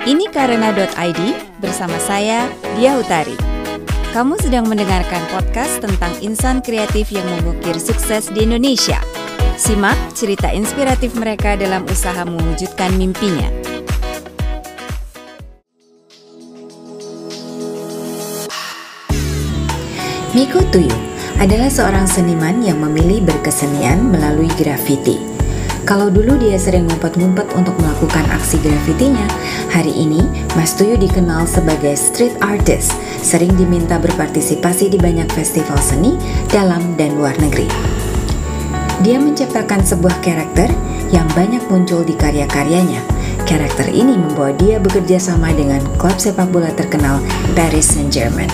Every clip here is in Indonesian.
Ini Karena.id bersama saya, Dia Utari. Kamu sedang mendengarkan podcast tentang insan kreatif yang mengukir sukses di Indonesia. Simak cerita inspiratif mereka dalam usaha mewujudkan mimpinya. Miko Tuyu adalah seorang seniman yang memilih berkesenian melalui grafiti. Kalau dulu dia sering ngumpet-ngumpet untuk melakukan aksi grafitinya, hari ini Mas Tuyu dikenal sebagai street artist, sering diminta berpartisipasi di banyak festival seni dalam dan luar negeri. Dia menciptakan sebuah karakter yang banyak muncul di karya-karyanya. Karakter ini membawa dia bekerja sama dengan klub sepak bola terkenal Paris Saint-Germain.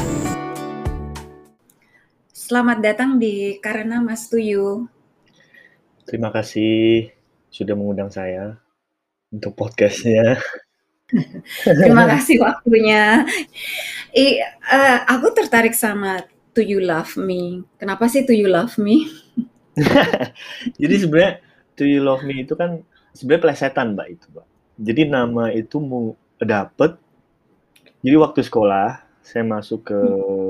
Selamat datang di Karena Mas Tuyu. Terima kasih sudah mengundang saya untuk podcastnya. Terima kasih waktunya. Aku tertarik sama Do You Love Me. Kenapa sih Do You Love Me? Jadi sebenarnya Do You Love Me itu kan sebenarnya plesetan, Mbak, itu, Mbak. Jadi nama itu mau dapet. Jadi waktu sekolah saya masuk ke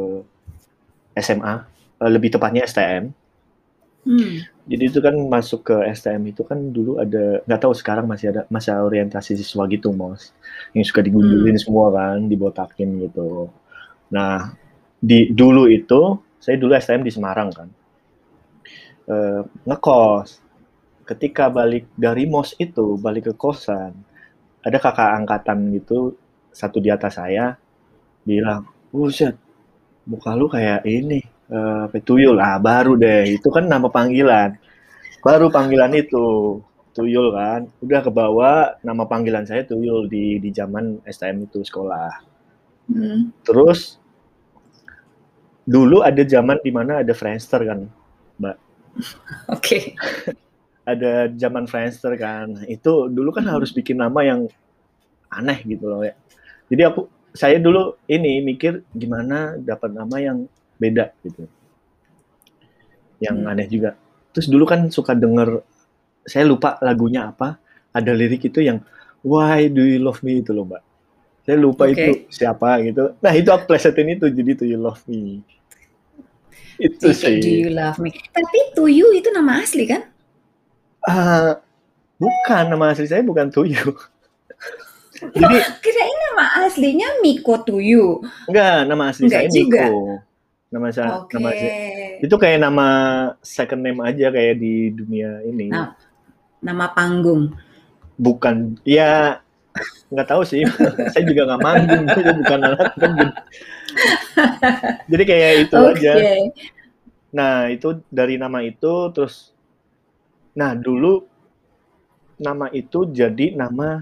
SMA, lebih tepatnya STM. Jadi itu kan masuk ke STM itu kan dulu ada, nggak tahu sekarang masih ada masa orientasi siswa gitu, Mos, yang suka digundulin semua kan, dibotakin gitu. Nah, dulu itu saya dulu STM di Semarang kan, ngekos. Ketika balik dari MOS itu balik ke kosan, ada kakak angkatan gitu, satu di atas saya, bilang, "Buset, muka lu kayak ini, Tuyul." Ah, baru deh, itu kan nama panggilan. Baru panggilan itu, Tuyul kan. Udah kebawa nama panggilan saya Tuyul di zaman STM itu sekolah. Terus dulu ada zaman di mana ada Friendster kan, Mbak. Oke. Ada zaman Friendster kan. Itu dulu kan harus bikin nama yang aneh gitu loh ya. Jadi saya dulu ini mikir gimana dapat nama yang beda gitu. Yang aneh juga. Terus dulu kan suka denger, saya lupa lagunya apa, ada lirik itu yang Why Do You Love Me itu loh, Mbak. Saya lupa itu siapa gitu. Nah, itu aku plesetin itu jadi Do You Love Me. Itu sih. Do You Love Me. Tapi Tuyu itu nama asli kan? Bukan, nama asli saya bukan Tuyu. Jadi kirain nama aslinya Miko Tuyu. Enggak, nama asli saya juga. Miko. Nama saya itu kayak nama second name aja kayak di dunia ini. Nama panggung. Bukan, ya nggak tahu sih. Saya juga nggak manggung, saya bukan anak band. Jadi kayak itu aja. Nah, itu dari nama itu terus. Nah, dulu nama itu jadi nama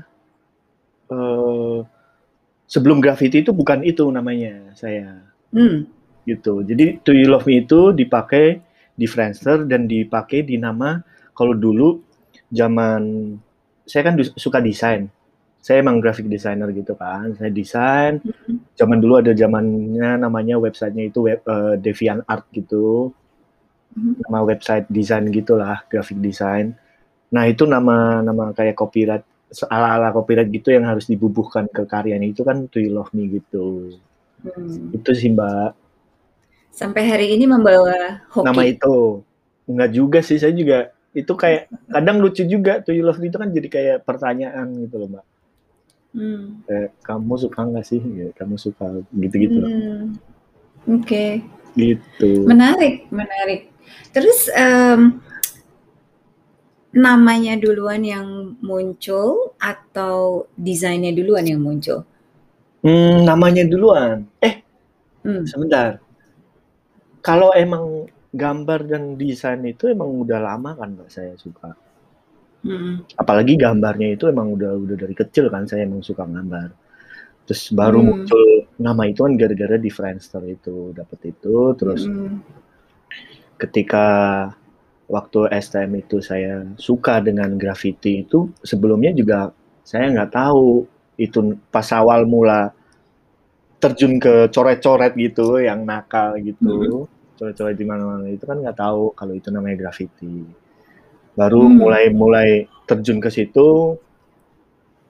sebelum graffiti itu bukan itu namanya saya. Gitu. Jadi Do You Love Me itu dipakai di Friendster dan dipakai di nama, kalau dulu zaman saya kan suka desain. Saya emang graphic designer gitu kan. Saya desain. Zaman dulu ada zamannya namanya websitenya itu DeviantArt gitu. Nama website desain gitulah, graphic design. Nah, itu nama kayak copyright, ala-ala copyright gitu yang harus dibubuhkan ke karyanya itu kan Do You Love Me gitu. Itu sih, Mbak. Sampai hari ini membawa hoki. Nama itu. Enggak juga sih, saya juga itu kayak kadang lucu juga Do You Love Me itu kan jadi kayak pertanyaan gitu loh, Mbak. Kamu suka nggak sih? Ya, kamu suka gitu-gitu loh. Oke. Gitu. Menarik. Terus namanya duluan yang muncul atau desainnya duluan yang muncul? Namanya duluan. Sebentar. Kalau emang gambar dan desain itu emang udah lama kan, Mbak, saya suka. Apalagi gambarnya itu emang udah dari kecil kan saya emang suka gambar. Terus baru muncul nama itu kan gara-gara di Friendster itu dapet itu. Terus ketika waktu STM itu saya suka dengan graffiti itu, sebelumnya juga saya nggak tahu itu pas awal mula terjun ke coret-coret gitu yang nakal gitu. Coret-coret di mana-mana itu kan nggak tahu kalau itu namanya graffiti. Baru mulai terjun ke situ,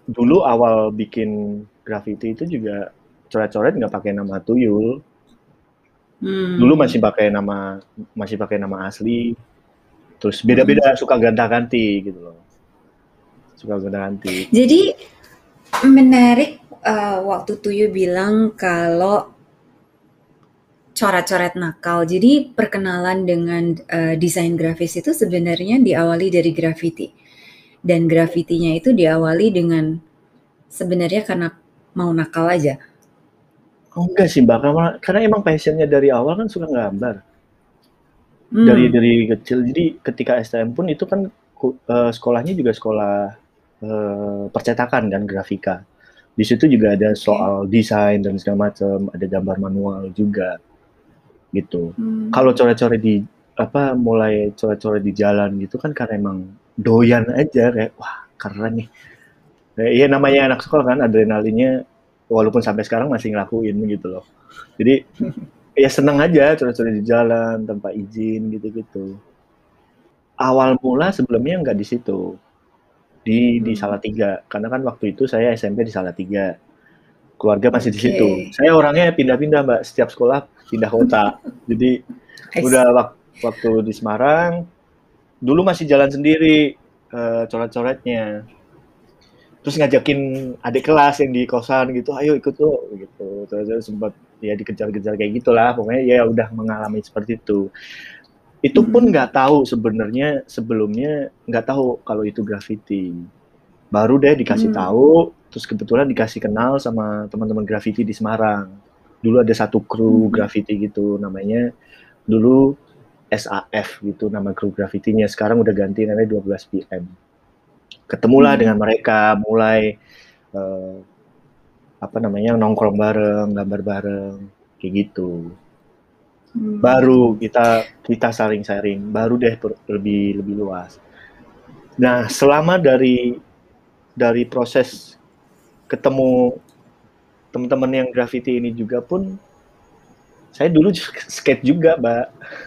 dulu awal bikin graffiti itu juga coret-coret nggak pakai nama tuyul. Dulu masih pakai nama asli. Terus beda-beda suka gonta-ganti gitu loh. Suka gonta-ganti. Jadi menarik waktu Tuyu bilang kalau coret-coret nakal. Jadi perkenalan dengan desain grafis itu sebenarnya diawali dari graffiti. Dan grafitinya itu diawali dengan sebenarnya karena mau nakal aja. Oh, enggak sih Mbak, karena emang passionnya dari awal kan suka gambar. Dari kecil. Jadi ketika STM pun itu kan sekolahnya juga sekolah percetakan dan grafika. Di situ juga ada soal desain dan segala macam, ada gambar manual juga gitu. Kalau coret-coret mulai coret-coret di jalan gitu kan karena emang doyan aja, kayak wah keren nih. Ya namanya anak sekolah kan, adrenalinnya walaupun sampai sekarang masih ngelakuin gitu loh. Jadi ya seneng aja coret-coret di jalan tanpa izin gitu-gitu. Awal mula sebelumnya nggak di situ, di Salatiga, karena kan waktu itu saya SMP di Salatiga, keluarga masih di situ. Saya orangnya pindah-pindah Mbak, setiap sekolah pindah kota. Jadi udah waktu di Semarang, dulu masih jalan sendiri coret-coretnya. Terus ngajakin adik kelas yang di kosan gitu, ayo ikut tuh gitu. Terus sempat ya dikejar-kejar kayak gitulah, pokoknya ya udah mengalami seperti itu. Itu pun nggak tahu sebenarnya, sebelumnya nggak tahu kalau itu graffiti. Baru deh dikasih tahu, terus kebetulan dikasih kenal sama teman-teman graffiti di Semarang. Dulu ada satu kru graffiti gitu, namanya dulu SAF gitu nama kru graffitinya. Sekarang udah ganti namanya 12 PM. Ketemulah dengan mereka, mulai nongkrong bareng, gambar bareng, kayak gitu. Baru kita saring-saring, baru deh lebih luas. Nah, selama dari proses ketemu teman-teman yang graffiti ini juga pun, saya dulu skate juga, Mbak.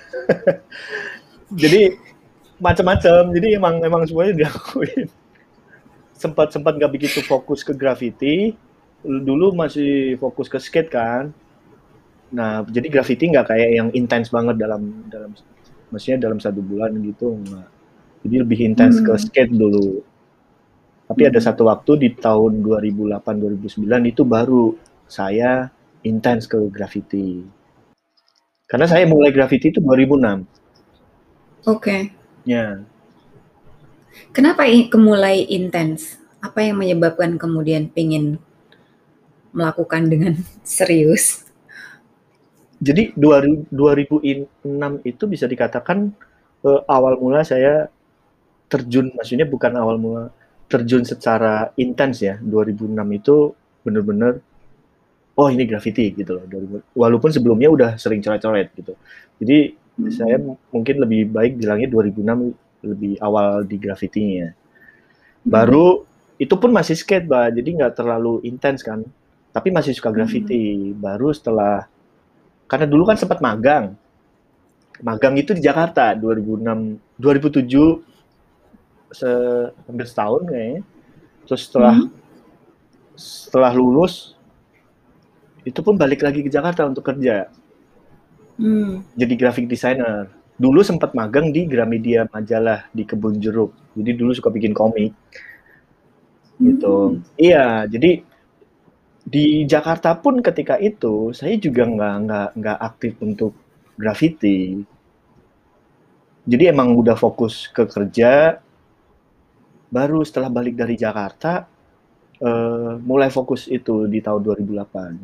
Jadi macam-macam, jadi emang semuanya dilakuin. Sempat nggak begitu fokus ke graffiti, dulu masih fokus ke skate kan. Nah, jadi graffiti nggak kayak yang intens banget maksudnya dalam 1 bulan gitu, nggak. Jadi lebih intens ke skate dulu. Tapi ada satu waktu di tahun 2008-2009 itu baru saya intens ke graffiti. Karena saya mulai graffiti itu 2006. Oke. Ya. Kenapa mulai intens? Apa yang menyebabkan kemudian pengen melakukan dengan serius? Jadi 2006 itu bisa dikatakan awal mula saya terjun, maksudnya bukan awal mula terjun secara intens ya. 2006 itu benar-benar oh ini graffiti gitu loh. Walaupun sebelumnya udah sering coret-coret gitu. Jadi saya mungkin lebih baik bilangnya 2006 lebih awal di graffitinya. Baru itu pun masih skate, Mbak. Jadi nggak terlalu intens kan. Tapi masih suka graffiti. Baru setelah, karena dulu kan sempat magang. Magang itu di Jakarta 2006, 2007 hampir setahun kayaknya. Terus setelah lulus itu pun balik lagi ke Jakarta untuk kerja. Jadi graphic designer. Dulu sempat magang di Gramedia Majalah di Kebun Jeruk. Jadi dulu suka bikin komik. Gitu. Iya, jadi di Jakarta pun ketika itu saya juga nggak aktif untuk graffiti. Jadi emang udah fokus ke kerja. Baru setelah balik dari Jakarta mulai fokus itu di tahun 2008.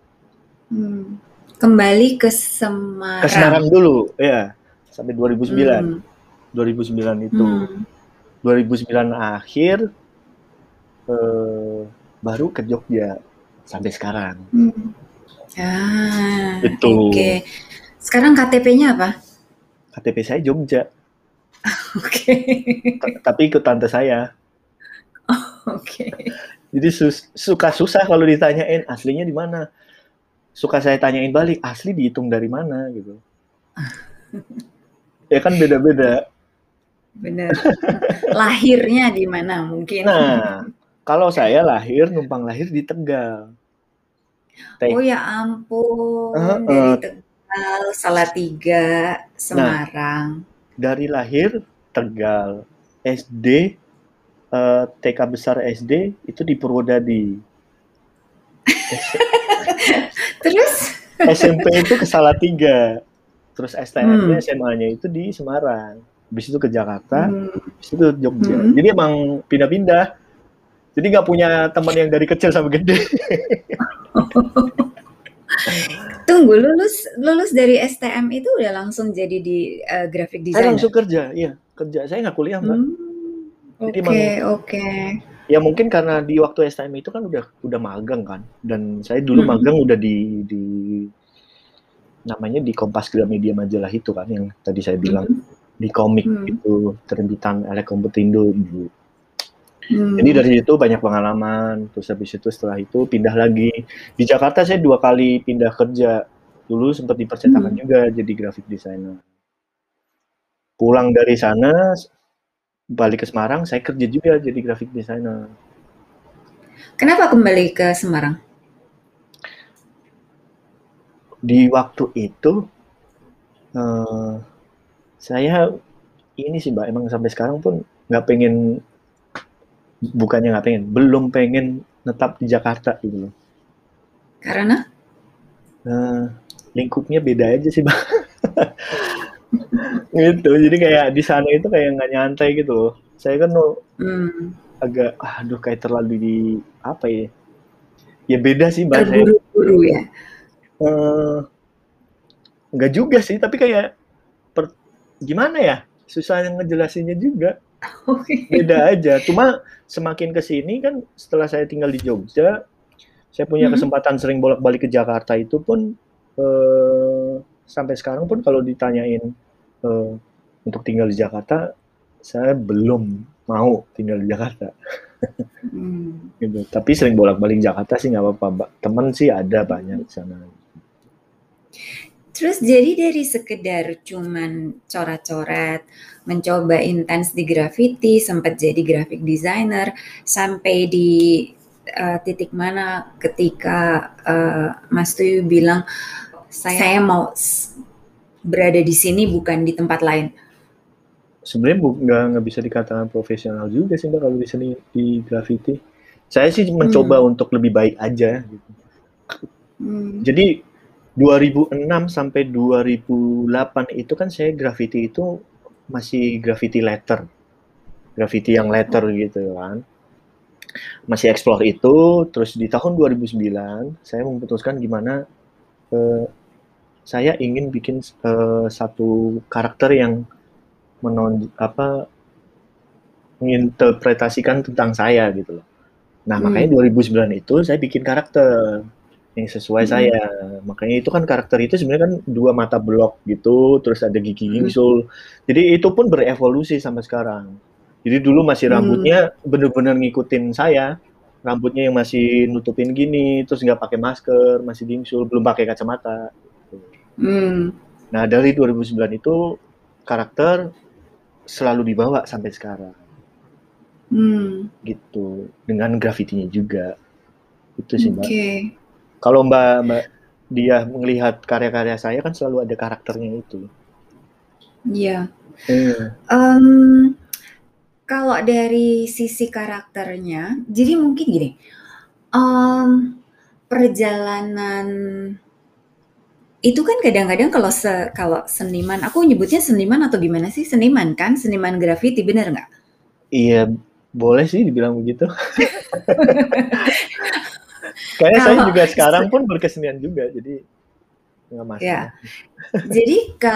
Kembali ke Semarang. Ke Semarang dulu, ya. Sampai 2009. 2009 itu. 2009 akhir baru ke Jogja sampai sekarang. Itu. Oke. Sekarang KTP-nya apa? KTP saya Jogja. Oke. Tapi ikut tante saya. Oke. Jadi suka susah kalau ditanyain aslinya di mana. Suka saya tanyain balik, asli dihitung dari mana gitu. Ya kan beda-beda. Bener. Lahirnya di mana mungkin. Nah, Kalau saya numpang lahir di Tegal. Oh ya ampun, dari Tegal, Salatiga, Nah, Semarang. dari lahir Tegal, SD, TK besar SD itu di Purwodadi. Terus? SMP itu ke Salatiga. Terus STM-nya, SMA-nya itu di Semarang. Habis itu ke Jakarta, habis itu ke Jogja. Jadi emang pindah-pindah. Jadi nggak punya teman yang dari kecil sampai gede. Tunggu, lulus dari STM itu udah langsung jadi di graphic Saya designer? langsung kerja, iya. Kerja. Saya nggak kuliah, Mbak. Jadi emang Oke. ya mungkin karena di waktu STM itu kan udah magang kan. Dan saya dulu magang udah di namanya di Kompas Gramedia Majalah itu kan yang tadi saya bilang di komik itu terbitan Elek Komputindo dulu. Jadi dari situ banyak pengalaman. Terus habis itu setelah itu pindah lagi di Jakarta. Saya 2 kali pindah kerja. Dulu sempat di percetakan juga jadi graphic designer. Pulang dari sana balik ke Semarang, saya kerja juga jadi graphic designer. Kenapa kembali ke Semarang? Di waktu itu saya ini sih Mbak, emang sampai sekarang pun belum pengen netap di Jakarta gitu loh. Karena? Lingkupnya beda aja sih Mbak. Gitu, jadi kayak di sana itu kayak nggak nyantai gitu loh. Saya kan agak, aduh kayak terlalu di apa ya? Ya beda sih Mbak saya. Terburu-buru ya? Nggak juga sih, tapi kayak gimana ya? Susah ngejelasinnya juga. Beda aja. Cuma semakin kesini kan setelah saya tinggal di Jogja, saya punya kesempatan sering bolak-balik ke Jakarta itu pun sampai sekarang pun kalau ditanyain untuk tinggal di Jakarta, saya belum mau tinggal di Jakarta. Gitu. Tapi sering bolak-balik Jakarta sih nggak apa-apa. Temen sih ada banyak di sana. Terus jadi dari sekedar cuman coret-coret, mencoba intens di graffiti, sempat jadi graphic designer, sampai di titik mana ketika Mas Tuyu bilang saya mau berada di sini bukan di tempat lain. Sebenarnya nggak bisa dikatakan profesional juga sih Mbak kalau di seni di graffiti. Saya sih mencoba untuk lebih baik aja. Gitu. Jadi 2006 sampai 2008 itu kan saya graffiti itu masih graffiti letter. Graffiti yang letter gitu kan. Masih explore itu, terus di tahun 2009 saya memutuskan gimana saya ingin bikin satu karakter yang menginterpretasikan tentang saya gitu loh. Nah, makanya 2009 itu saya bikin karakter yang sesuai saya. Makanya itu kan karakter itu sebenarnya kan 2 mata blok gitu, terus ada gigi gingsul. Jadi itu pun berevolusi sampai sekarang. Jadi dulu masih rambutnya bener-bener ngikutin saya. Rambutnya yang masih nutupin gini, terus nggak pakai masker, masih gingsul, belum pakai kacamata. Nah, dari 2009 itu karakter selalu dibawa sampai sekarang. Gitu. Dengan grafitinya juga. Itu sih, Mbak. Kalau Mbak dia melihat karya-karya saya kan selalu ada karakternya itu. Iya. Kalau dari sisi karakternya, jadi mungkin gini, perjalanan itu kan kadang-kadang kalau seniman, aku nyebutnya seniman atau gimana sih? Seniman kan? Seniman grafiti, bener nggak? Iya, boleh sih dibilang begitu. Kayaknya saya juga sekarang pun berkesenian juga, jadi nggak masalah. Ya, jadi ke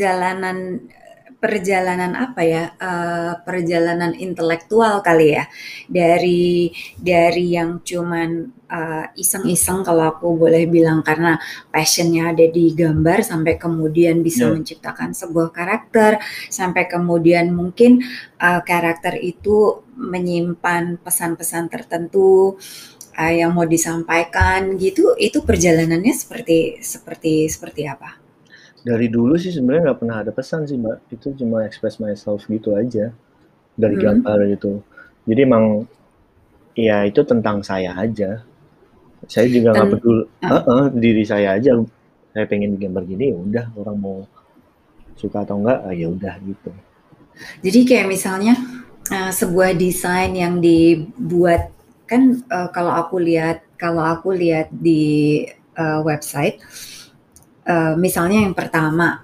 perjalanan apa ya? Perjalanan intelektual kali ya, dari yang cuman iseng-iseng kalau aku boleh bilang karena passionnya ada di gambar sampai kemudian bisa menciptakan sebuah karakter, sampai kemudian mungkin karakter itu menyimpan pesan-pesan tertentu yang mau disampaikan gitu. Itu perjalanannya seperti apa? Dari dulu sih sebenarnya nggak pernah ada pesan sih Mbak, itu cuma express myself gitu aja dari gambar gitu. Jadi emang Ya itu tentang saya aja. Saya juga nggak peduli, diri saya aja. Saya pengen bikin begini, ya udah, orang mau suka atau enggak, ya udah gitu. Jadi kayak misalnya sebuah desain yang dibuat kan kalau aku lihat di website, misalnya yang pertama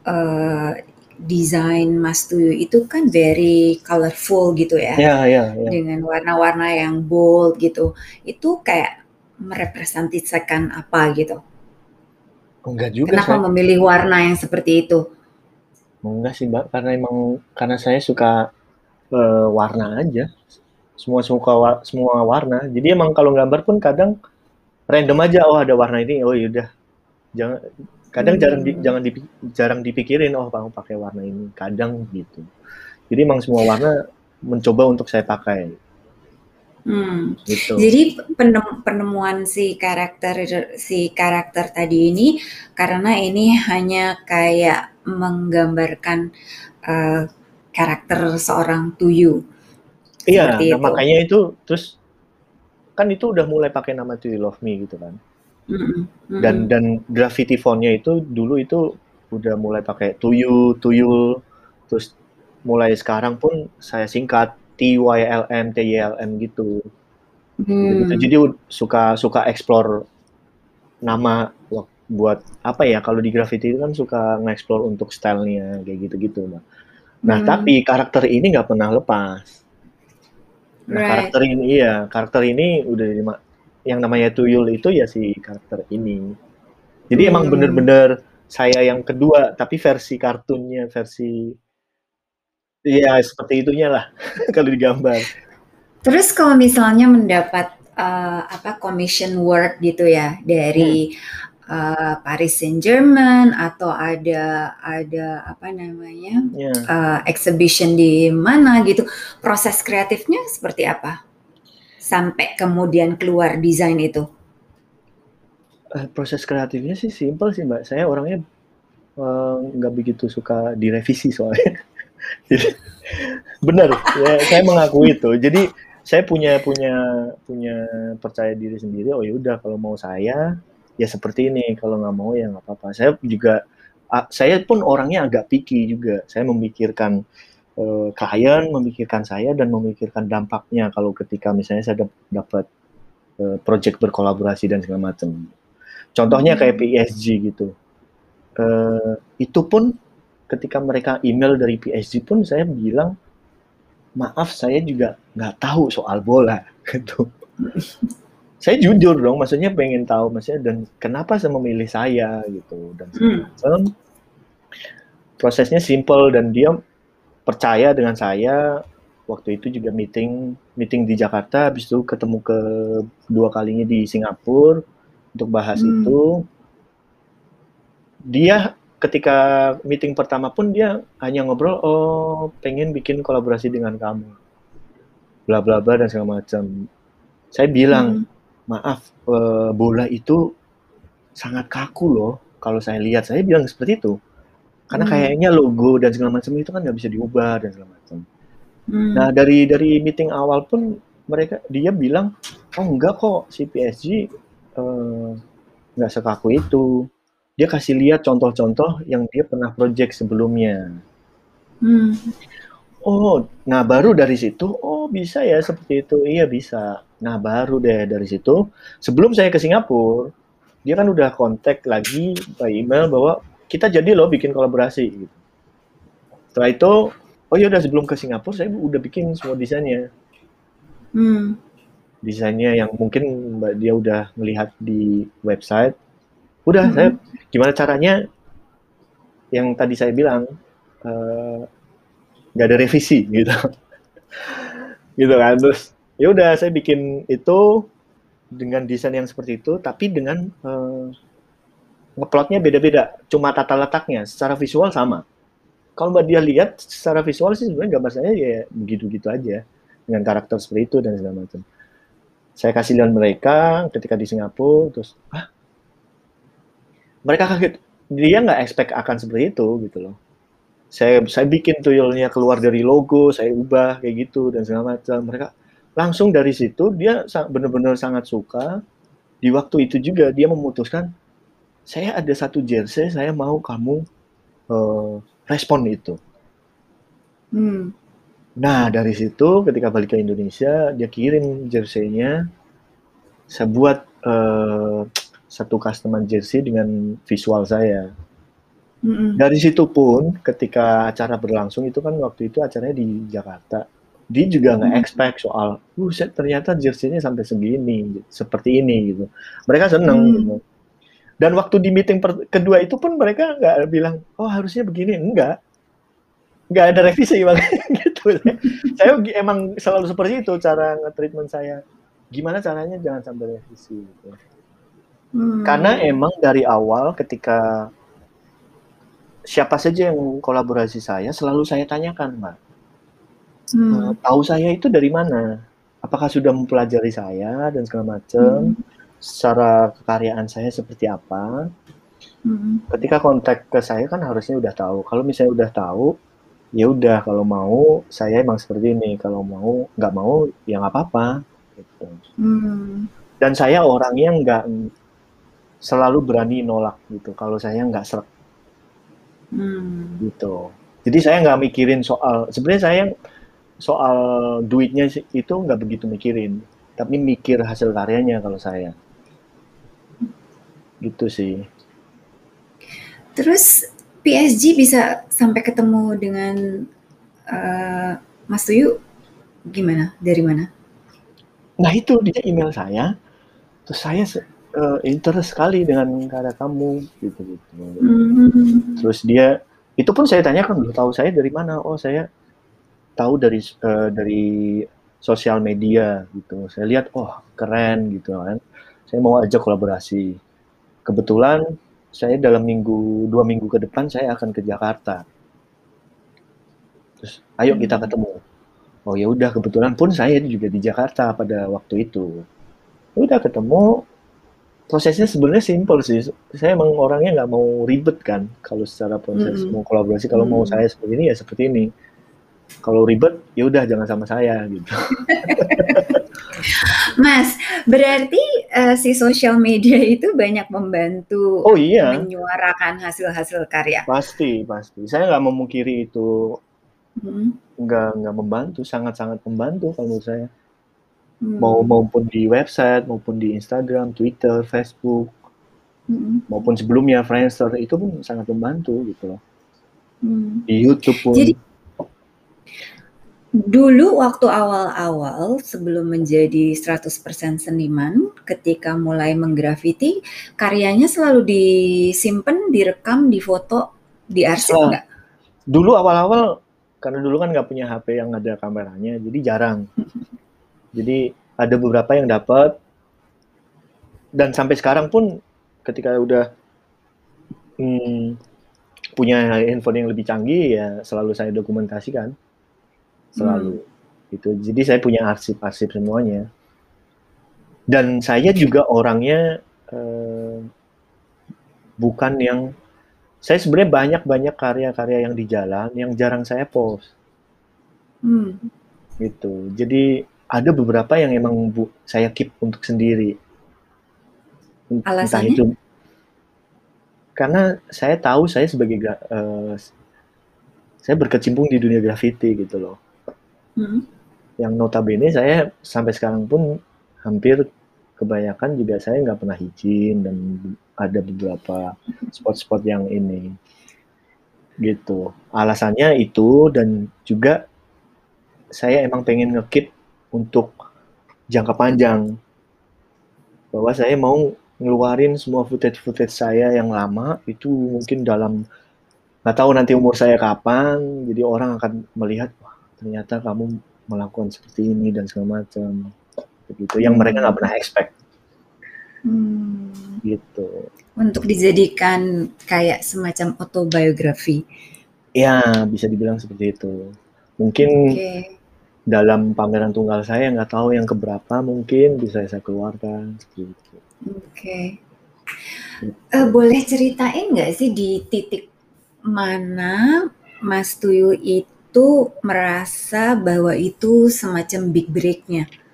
desain Mas Tuyu itu kan very colorful gitu ya, Ya. dengan warna-warna yang bold gitu. Itu kayak merepresentasikan apa gitu? Enggak juga Kenapa saya. memilih warna yang seperti itu? Enggak sih Mbak, karena saya suka warna aja. Semua warna. Jadi emang kalau gambar pun kadang random aja, oh ada warna ini, oh yaudah. Jangan kadang jarang dipikirin, oh mau pakai warna ini. Kadang gitu. Jadi emang semua warna mencoba untuk saya pakai. Gitu. Jadi penemuan si karakter tadi ini karena ini hanya kayak menggambarkan karakter seorang Tuyu Iya, seperti nah itu. makanya itu terus kan itu udah mulai pakai nama To You Love Me gitu kan. Dan graffiti fontnya itu dulu itu udah mulai pakai Tuyul, terus mulai sekarang pun saya singkat TYLM, TYLM gitu. Jadi suka explore nama buat apa ya, kalau di graffiti itu kan suka nge-explore untuk stylenya kayak gitu-gitu. Nah tapi karakter ini nggak pernah lepas. Nah karakter ini udah yang namanya Tuyul itu ya si karakter ini. Jadi emang bener-bener saya yang kedua, tapi versi kartunnya, iya seperti itunya lah kalau digambar. Terus kalau misalnya mendapat commission work gitu ya dari Paris Saint-Germain atau ada apa namanya exhibition di mana gitu, proses kreatifnya seperti apa sampai kemudian keluar desain itu? Proses kreatifnya sih simple sih Mbak. Saya orangnya nggak begitu suka direvisi soalnya. Bener, ya, saya mengakui itu. Jadi saya punya percaya diri sendiri. Oh ya udah, kalau mau saya ya seperti ini. Kalau nggak mau ya nggak apa-apa. Saya pun orangnya agak picky juga. Saya memikirkan klien, memikirkan saya, dan memikirkan dampaknya kalau ketika misalnya saya dapat project berkolaborasi dan segala macam. Contohnya kayak PSG gitu. Itu pun ketika mereka email dari PSG pun saya bilang, maaf saya juga nggak tahu soal bola gitu. Saya jujur dong, maksudnya pengen tahu maksudnya dan kenapa saya memilih saya gitu dan segala. Prosesnya simple dan dia percaya dengan saya. Waktu itu juga meeting di Jakarta, habis itu ketemu kedua kalinya di Singapura untuk bahas itu. Dia ketika meeting pertama pun dia hanya ngobrol, oh pengen bikin kolaborasi dengan kamu, bla bla bla dan segala macam. Saya bilang, maaf, bola itu sangat kaku loh. Kalau saya lihat, saya bilang seperti itu. Karena kayaknya logo dan segala macam itu kan nggak bisa diubah dan segala macam. Nah dari meeting awal pun dia bilang, oh enggak kok, si PSG nggak sekaku itu. Dia kasih lihat contoh-contoh yang dia pernah project sebelumnya. Oh, nah baru dari situ, oh bisa ya seperti itu, iya bisa. Nah baru deh dari situ, sebelum saya ke Singapura, dia kan udah kontak lagi by email bahwa kita jadi loh bikin kolaborasi. Gitu. Setelah itu, oh ya udah sebelum ke Singapura saya udah bikin semua desainnya. Desainnya yang mungkin Mbak dia udah melihat di website. Udah, saya gimana caranya yang tadi saya bilang, nggak ada revisi gitu. Gitu kan. Terus ya udah saya bikin itu dengan desain yang seperti itu, tapi dengan ngeplotnya beda-beda. Cuma tata letaknya, secara visual sama. Kalau Mbak dia lihat secara visual sih sebenarnya gambar saya ya begitu-gitu aja. Dengan karakter seperti itu dan segala macam. Saya kasih lihat mereka ketika di Singapura, terus, mereka kaget. Dia nggak expect akan seperti itu, gitu loh. Saya bikin tuyulnya keluar dari logo, saya ubah kayak gitu, dan segala macam. Mereka, langsung dari situ dia benar-benar sangat suka. Di waktu itu juga dia memutuskan, saya ada satu jersey, saya mau kamu respon itu. Nah dari situ ketika balik ke Indonesia dia kirim jersey-nya, saya buat satu custom jersey dengan visual saya. Dari situ pun ketika acara berlangsung itu kan waktu itu acaranya di Jakarta, dia juga nggak expect soal, ternyata jersey-nya sampai segini, seperti ini gitu. Mereka seneng gitu. Dan waktu di meeting kedua itu pun mereka nggak bilang, oh harusnya begini, enggak ada revisi bang. Gitu. Saya emang selalu seperti itu cara nge-treatment saya. Gimana caranya jangan sampai revisi gitu. Karena emang dari awal ketika siapa saja yang kolaborasi saya selalu saya tanyakan, Mbak. Tahu saya itu dari mana? Apakah sudah mempelajari saya dan segala macam? Secara kekaryaan saya seperti apa? Ketika kontak ke saya kan harusnya udah tahu. Kalau misalnya udah tahu, ya udah kalau mau saya emang seperti ini. Kalau mau nggak mau ya nggak apa-apa. Gitu. Dan saya orangnya nggak selalu berani nolak gitu. Kalau saya nggak seret. Gitu. Jadi saya nggak mikirin sebenarnya saya soal duitnya itu nggak begitu mikirin, tapi mikir hasil karyanya kalau saya. Gitu sih. Terus PSG bisa sampai ketemu dengan Mas Tuyu gimana? Dari mana? Nah itu dia email saya, terus saya interest sekali dengan karya kamu gitu. Terus dia itu pun saya tanyakan, tahu saya dari mana? Oh saya tahu dari sosial media gitu. Saya lihat, oh keren gitu kan. Saya mau ajak kolaborasi. Kebetulan saya dalam 2 minggu ke depan saya akan ke Jakarta. Terus ayo kita ketemu. Oh ya udah, kebetulan pun saya juga di Jakarta pada waktu itu. Udah ketemu. Prosesnya sebenarnya simpel sih. Saya emang orangnya nggak mau ribet kan. Kalau secara proses mau kolaborasi, kalau mau saya seperti ini ya seperti ini. Kalau ribet, ya udah jangan sama saya gitu. Mas, berarti si sosial media itu banyak membantu menyuarakan hasil-hasil karya. Pasti. Saya nggak memungkiri itu nggak membantu, sangat-sangat membantu kalau menurut saya. Maupun di website, maupun di Instagram, Twitter, Facebook, maupun sebelumnya Friendster itu pun sangat membantu gitu loh. Di YouTube pun. Jadi dulu waktu awal-awal sebelum menjadi 100% seniman, ketika mulai menggrafiti, karyanya selalu disimpan, direkam, difoto, diarsip nggak? Dulu awal-awal, karena dulu kan nggak punya HP yang ada kameranya, jadi jarang. Jadi ada beberapa yang dapat, dan sampai sekarang pun ketika udah punya handphone yang lebih canggih ya selalu saya dokumentasikan. Selalu itu. Jadi saya punya arsip-arsip semuanya. Dan saya juga orangnya bukan yang saya sebenarnya banyak karya-karya yang di jalan yang jarang saya post. Gitu. Jadi ada beberapa yang emang saya keep untuk sendiri. Alasannya? Entah itu karena saya tahu saya sebagai saya berkecimpung di dunia graffiti gitu loh. Yang notabene saya sampai sekarang pun hampir kebanyakan juga saya nggak pernah izin dan ada beberapa spot-spot yang ini gitu. Alasannya itu dan juga saya emang pengen nge-keep untuk jangka panjang bahwa saya mau ngeluarin semua footage saya yang lama itu mungkin dalam nggak tahu nanti umur saya kapan, jadi orang akan melihat wah ternyata kamu melakukan seperti ini dan segala macam begitu yang mereka nggak pernah expect gitu untuk dijadikan kayak semacam autobiografi ya bisa dibilang seperti itu mungkin dalam pameran tunggal saya nggak tahu yang keberapa mungkin bisa saya keluarkan seperti itu. Boleh ceritain nggak sih di titik mana Mas Tuyu itu merasa bahwa itu semacam big break-nya?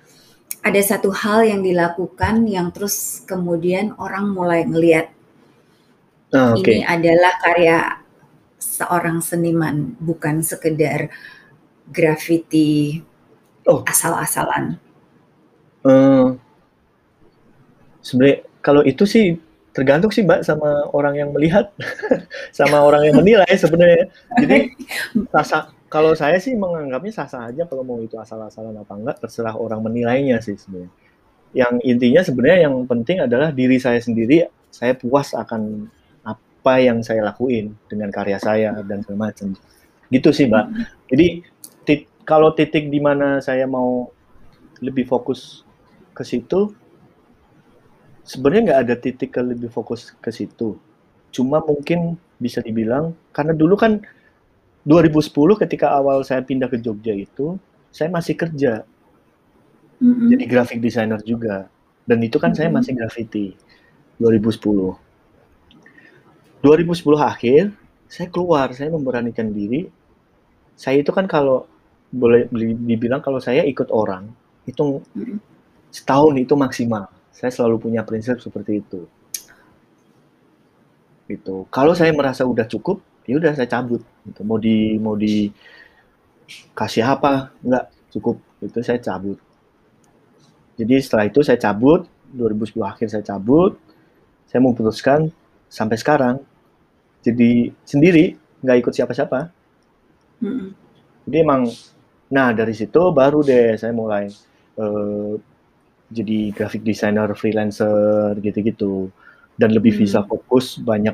ada satu hal yang dilakukan yang terus kemudian orang mulai ngelihat ini adalah karya seorang seniman, bukan sekedar grafiti asal-asalan. Sebenarnya kalau itu sih tergantung sih Mbak sama orang yang melihat, sama orang yang menilai sebenarnya. Jadi kalau saya sih menganggapnya sah-sah aja kalau mau itu asal-asalan apa enggak, terserah orang menilainya sih sebenarnya. Yang intinya sebenarnya yang penting adalah diri saya sendiri, saya puas akan apa yang saya lakuin dengan karya saya dan segala macam. Gitu sih Mbak. Jadi kalau titik di mana saya mau lebih fokus ke situ, sebenarnya nggak ada titik ke lebih fokus ke situ. Cuma mungkin bisa dibilang, karena dulu kan 2010 ketika awal saya pindah ke Jogja itu, saya masih kerja. Jadi graphic designer juga. Dan itu kan saya masih graffiti. 2010. 2010 akhir, saya keluar, saya memberanikan diri. Saya itu kan kalau boleh dibilang kalau saya ikut orang, itu setahun itu maksimal. Saya selalu punya prinsip seperti itu. Gitu. Kalau saya merasa udah cukup, ya udah saya cabut. Gitu. Mau dikasih apa? Enggak cukup. Itu saya cabut. Jadi setelah itu saya cabut. 2010 akhir saya cabut. Saya memutuskan sampai sekarang jadi sendiri, nggak ikut siapa-siapa. Jadi emang, nah dari situ baru deh saya mulai jadi graphic designer freelancer gitu-gitu, dan lebih bisa fokus banyak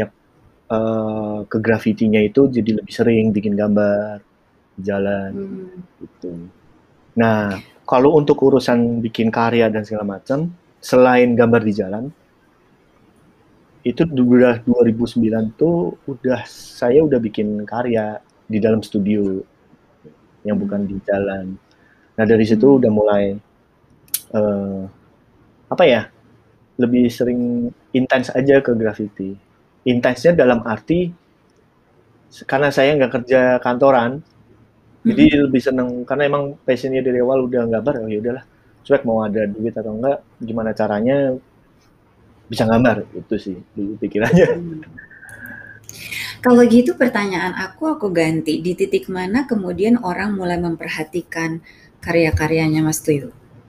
ke grafitinya itu, jadi lebih sering bikin gambar jalan gitu. Nah kalau untuk urusan bikin karya dan segala macam selain gambar di jalan itu udah 2009 tuh saya udah bikin karya di dalam studio yang bukan di jalan. Nah dari situ udah mulai apa ya, lebih sering intens aja ke graffiti. Intensnya dalam arti karena saya nggak kerja kantoran, jadi lebih seneng karena emang passionnya dari awal udah gambar. Oh ya udahlah, cuek mau ada duit atau enggak, gimana caranya bisa gambar, itu sih pikirannya. Kalau gitu pertanyaan aku ganti, di titik mana kemudian orang mulai memperhatikan karya-karyanya Mas Tuyu?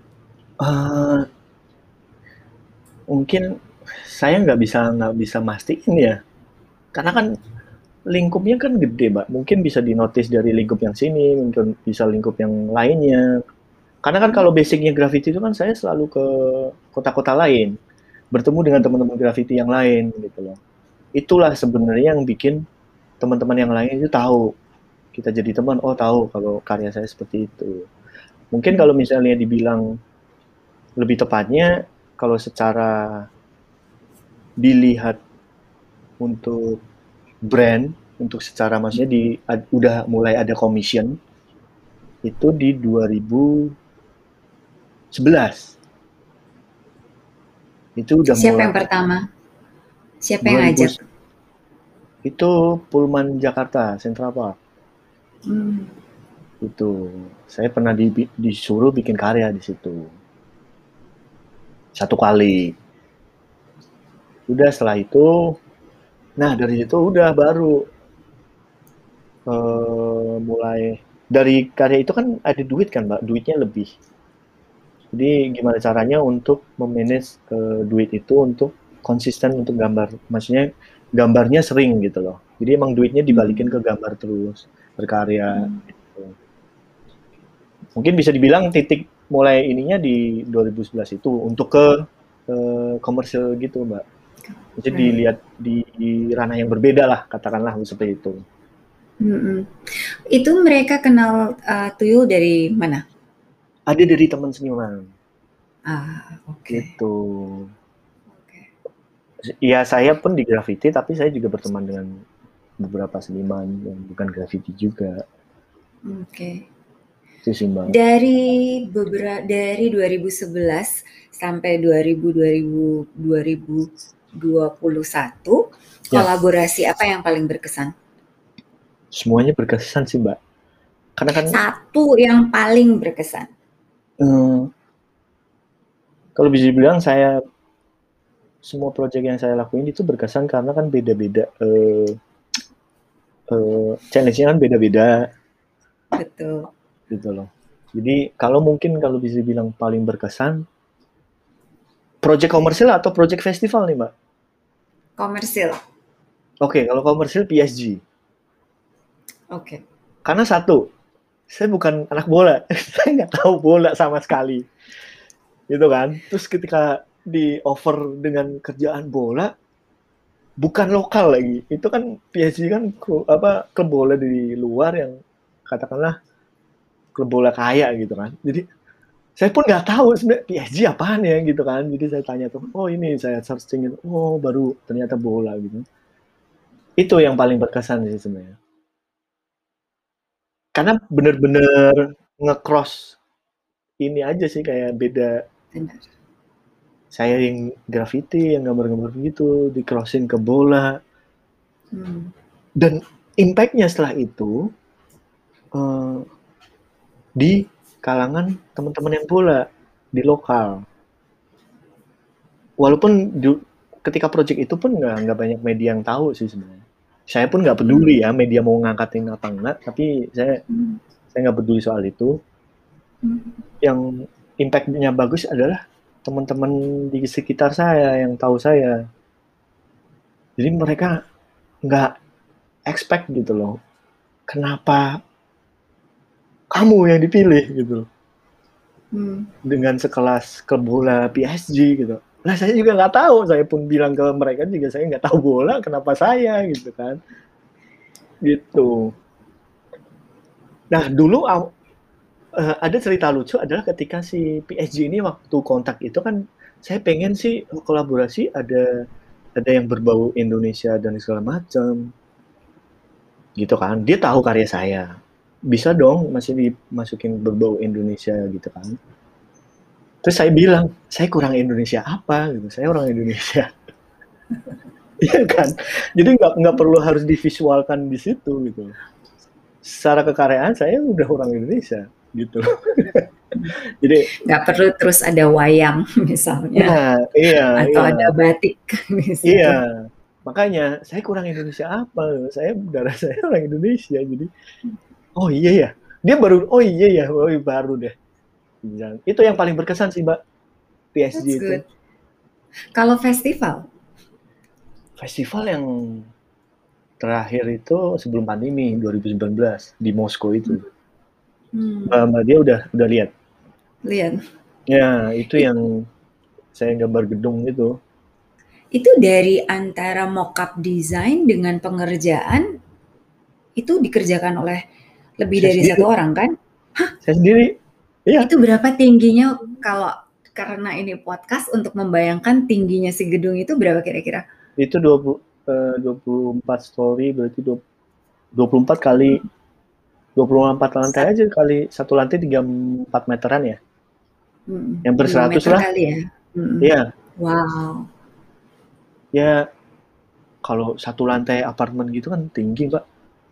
Mungkin saya nggak bisa mastiin ya, karena kan lingkupnya kan gede, Mbak. Mungkin bisa dinotis dari lingkup yang sini, mungkin bisa lingkup yang lainnya. Karena kan kalau basicnya graffiti itu kan saya selalu ke kota-kota lain, bertemu dengan teman-teman graffiti yang lain gitu loh. Itulah sebenarnya yang bikin teman-teman yang lain itu tahu. Kita jadi teman, oh tahu kalau karya saya seperti itu. Mungkin kalau misalnya dibilang lebih tepatnya, kalau secara dilihat untuk brand, untuk secara maksudnya udah mulai ada commission, itu di 2011. Itu udah Siapa yang pertama? Siapa yang ngajak? Itu Pullman Jakarta, Central Park. Itu saya pernah disuruh bikin karya di situ 1 kali. Udah setelah itu, nah dari situ udah baru mulai dari karya itu kan ada duit kan Mbak, duitnya lebih. Jadi gimana caranya untuk memanage duit itu untuk konsisten untuk gambar, maksudnya gambarnya sering gitu loh. Jadi emang duitnya dibalikin ke gambar terus, berkarya gitu. Mungkin bisa dibilang titik mulai ininya di 2011 itu untuk ke komersil gitu Mbak. Jadi dilihat di ranah yang berbeda lah, katakanlah seperti itu. Itu mereka kenal Tuyul dari mana? Ada dari teman seniman. Oke. Gitu. Ya saya pun di graffiti, tapi saya juga berteman dengan beberapa seniman yang bukan graffiti juga. Oke. Itu sih Mbak. Dari 2011 sampai 2021 kolaborasi apa yang paling berkesan? Semuanya berkesan sih Mbak. Karena kan satu yang paling berkesan. Kalau bisa dibilang semua proyek yang saya lakuin itu berkesan karena kan beda-beda, challenge-nya kan beda-beda. Betul. Gitu loh. Jadi kalau bisa bilang paling berkesan, proyek komersil atau proyek festival nih, Mbak? Komersil. Oke, kalau komersil PSG. Oke. Karena satu, saya bukan anak bola, saya nggak tahu bola sama sekali, gitu kan. Terus ketika di offer dengan kerjaan bola, bukan lokal lagi. Itu kan PSG kan klub bola di luar yang katakanlah klub bola kaya gitu kan. Jadi saya pun nggak tahu sebenarnya PSG apaan ya gitu kan. Jadi saya tanya tuh, oh ini saya searching gitu, oh baru ternyata bola gitu. Itu yang paling berkesan sih sebenarnya. Karena bener-bener nge-cross ini aja sih kayak beda. Benar. Saya yang graffiti, yang gambar-gambar gitu, di-crossin ke bola. Dan impact-nya setelah itu di kalangan teman-teman yang bola di lokal. Walaupun ketika project itu pun nggak banyak media yang tahu sih sebenarnya. Saya pun nggak peduli ya media mau ngangkatin apa enggak, tapi saya nggak peduli soal itu. Yang impact-nya bagus adalah teman-teman di sekitar saya yang tahu saya. Jadi mereka nggak expect gitu loh. Kenapa kamu yang dipilih gitu loh. Dengan sekelas klub bola PSG gitu. Nah saya juga nggak tahu, saya pun bilang ke mereka juga saya nggak tahu bola, kenapa saya gitu kan. Gitu. Nah dulu ada cerita lucu adalah ketika si PSG ini waktu kontak itu kan saya pengen sih kolaborasi ada yang berbau Indonesia dan segala macam. Gitu kan. Dia tahu karya saya. Bisa dong masih dimasukin berbau Indonesia gitu kan. Terus saya bilang, saya kurang Indonesia apa gitu. Saya orang Indonesia. Iya kan? Jadi nggak perlu harus divisualkan di situ gitu. Secara kekaryaan saya udah orang Indonesia gitu. Jadi nggak perlu terus ada wayang misalnya, iya, atau ada batik di situ. Iya, makanya saya kurang Indonesia apa? Saya darah saya orang Indonesia, jadi oh iya ya. Dia baru oh iya ya, baru deh. Itu yang paling berkesan sih, Mbak. PSG That's itu. good. Kalau festival? Festival yang terakhir itu sebelum pandemi 2019 di Moskow itu. Mbak dia udah lihat? Lihat. Ya, itu yang saya gambar gedung itu. Itu dari antara mock-up design dengan pengerjaan itu dikerjakan oleh lebih dari satu orang kan? Hah? Saya sendiri. Iya. Itu berapa tingginya kalau karena ini podcast untuk membayangkan tingginya si gedung itu berapa kira-kira? Itu 24 story berarti 24 kali 24 lantai aja kali satu lantai 34 meteran ya. Yang ber-100 lah. Kali ya. Iya. Wow. Ya kalau satu lantai apartemen gitu kan tinggi, Pak.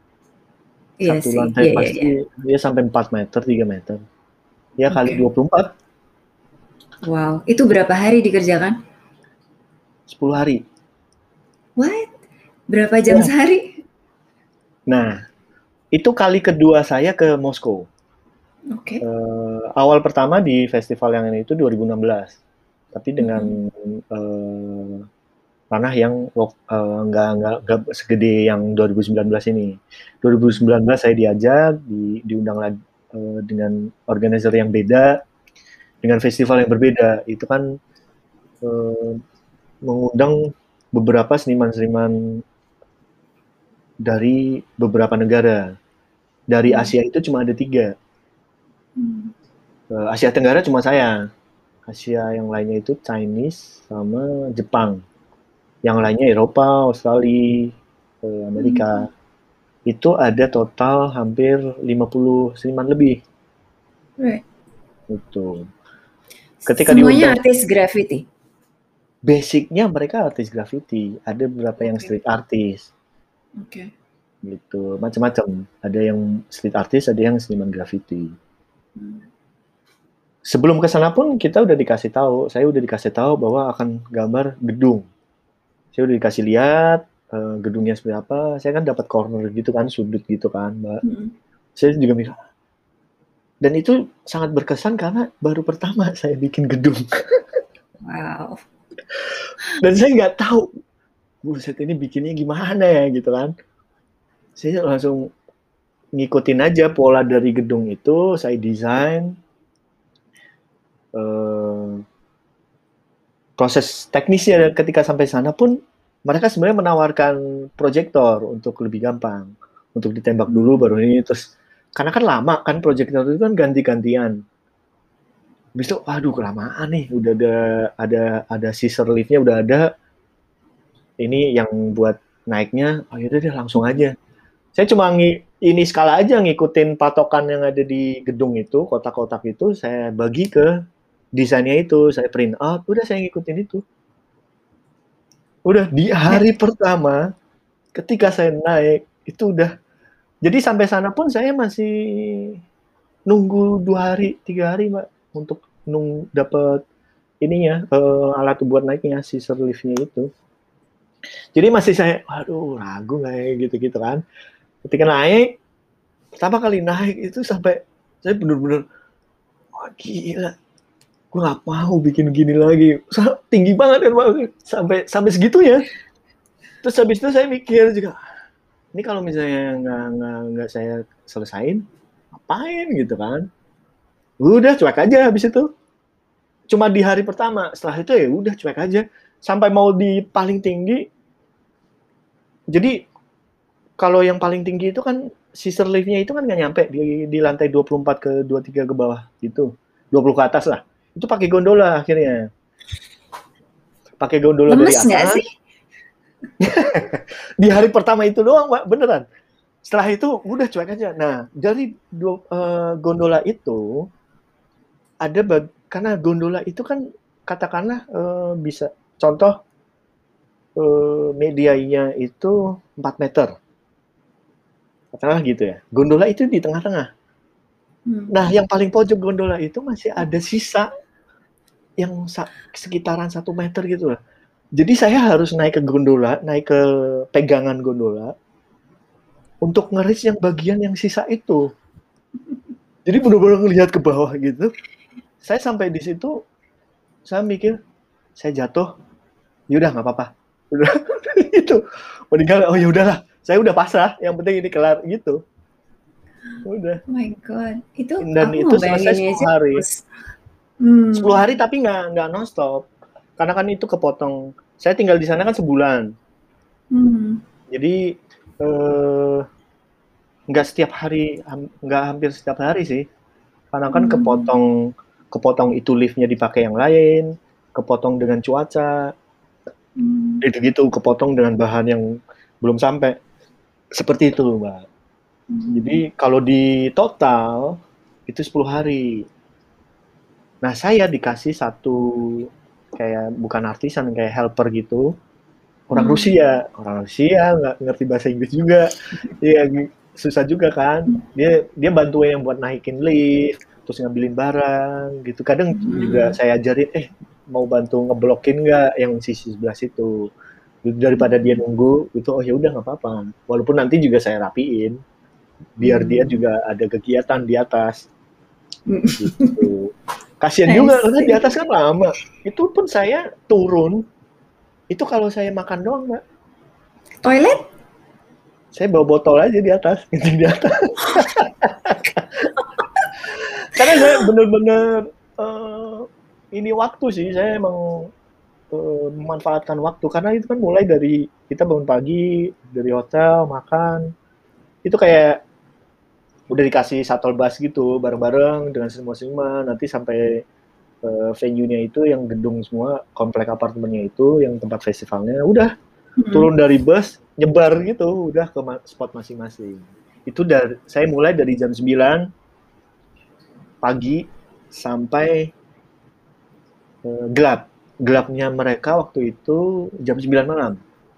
Iya satu sih. lantai pasti dia sampai 4 meter, 3 meter. Ya kali 24. Wow. Itu berapa hari dikerjakan? 10 hari. What? Berapa jam sehari? Nah, itu kali kedua saya ke Moskow. Oke. Awal pertama di festival yang ini itu 2016. Tapi dengan ranah yang nggak segede yang 2019 ini. 2019 saya diajak, diundang lagi dengan organizer yang beda, dengan festival yang berbeda. Itu kan mengundang beberapa seniman-seniman dari beberapa negara. Dari Asia itu cuma ada 3. Asia Tenggara cuma saya. Asia yang lainnya itu Chinese sama Jepang. Yang lainnya Eropa, Australia, Amerika. Itu ada total hampir 50 seniman lebih. Right. Itu. Ketika semuanya artis graffiti? Basicnya mereka artis graffiti. Ada beberapa yang street artist. Oke. Gitu, macam-macam. Ada yang street artist, ada yang seniman graffiti. Sebelum ke sana pun kita udah dikasih tahu, saya udah dikasih tahu bahwa akan gambar gedung. Saya udah dikasih lihat gedungnya seperti apa. Saya kan dapat corner gitu kan, sudut gitu kan, Mbak. Saya juga mikir, dan itu sangat berkesan karena baru pertama saya bikin gedung. Wow. Dan saya nggak tahu, buset ini bikinnya gimana ya gitu kan. Saya langsung ngikutin aja pola dari gedung itu, saya desain. Proses teknisnya ketika sampai sana pun mereka sebenarnya menawarkan proyektor untuk lebih gampang, untuk ditembak dulu baru ini, terus karena kan lama kan proyektor itu kan ganti-gantian. Habis itu, aduh kelamaan nih, udah ada scissor lift-nya udah ada. Ini yang buat naiknya, akhirnya deh langsung aja. Saya cuma ini skala aja ngikutin patokan yang ada di gedung itu, kotak-kotak itu, saya bagi ke desainnya itu, saya print out, udah saya ngikutin itu. Udah di hari pertama, ketika saya naik, itu udah, jadi sampai sana pun saya masih nunggu 2 hari, 3 hari Mbak, untuk dapat ininya, alat buat naiknya, scissor lift-nya itu. Jadi masih saya, aduh ragu nggak ya, gitu-gitu kan. Ketika naik, pertama kali naik itu sampai, saya bener-bener, wah gila, gue nggak mau bikin gini lagi. Tinggi banget kan Mbak, sampai segitunya. Terus habis itu saya mikir juga, ini kalau misalnya nggak saya selesain, ngapain gitu kan. Udah cuek aja habis itu. Cuma di hari pertama, setelah itu ya udah cuek aja. Sampai mau di paling tinggi, jadi kalau yang paling tinggi itu kan scissor lift-nya itu kan nggak nyampe di lantai 24 ke 23 ke bawah gitu. 20 ke atas lah. Itu pakai gondola akhirnya. Pakai gondola dari atas. Nggak sih? Di hari pertama itu doang, Mbak, beneran. Setelah itu udah cuek aja. Nah, dari gondola itu ada karena gondola itu kan katakanlah bisa contoh medianya itu 4 meter. Katakanlah gitu ya. Gondola itu di tengah-tengah. Nah, yang paling pojok gondola itu masih ada sisa yang sekitaran 1 meter gitu lah. Jadi saya harus naik ke gondola, naik ke pegangan gondola untuk nge-reach yang bagian yang sisa itu. Jadi benar-benar ngelihat ke bawah gitu. Saya sampai di situ, saya mikir, saya jatuh, yaudah nggak apa-apa. Udah itu, meninggal, oh ya udahlah, saya udah pasrah, yang penting ini kelar gitu. Udah. Oh my god, itu dan itu selesai 10 hari. 10 hari tapi nggak non-stop. Karena kan itu kepotong. Saya tinggal di sana kan sebulan. Jadi nggak setiap hari, nggak hampir setiap hari sih. Karena kan kepotong itu liftnya dipakai yang lain, kepotong dengan cuaca, gitu-gitu, kepotong dengan bahan yang belum sampai. Seperti itu, Mbak. Jadi kalau di total itu 10 hari. Nah, saya dikasih satu kayak bukan artisan, kayak helper gitu. Orang Rusia nggak ngerti bahasa Inggris juga. Iya, susah juga kan. Dia bantuin yang buat naikin lift, terus ngambilin barang gitu. Kadang juga saya ajarin, mau bantu ngeblokin nggak yang sisi sebelah situ. Daripada dia nunggu itu, oh ya udah nggak apa-apa. Walaupun nanti juga saya rapiin, biar dia juga ada kegiatan di atas. Gitu. Kasian juga karena di atas kan lama. Itu pun saya turun, itu kalau saya makan doang, Mbak. Toilet? Saya bawa botol aja di atas, gitu di atas. Karena saya benar-benar ini waktu sih, saya emang memanfaatkan waktu. Karena itu kan mulai dari kita bangun pagi, dari hotel, makan. Itu kayak udah dikasih shuttle bus gitu, bareng-bareng dengan semua, nanti sampai venue-nya itu yang gedung semua, komplek apartemennya itu, yang tempat festivalnya, udah turun dari bus, nyebar gitu, udah ke spot masing-masing. Itu saya mulai dari jam 9 pagi sampai gelap. Gelapnya mereka waktu itu jam 9 malam.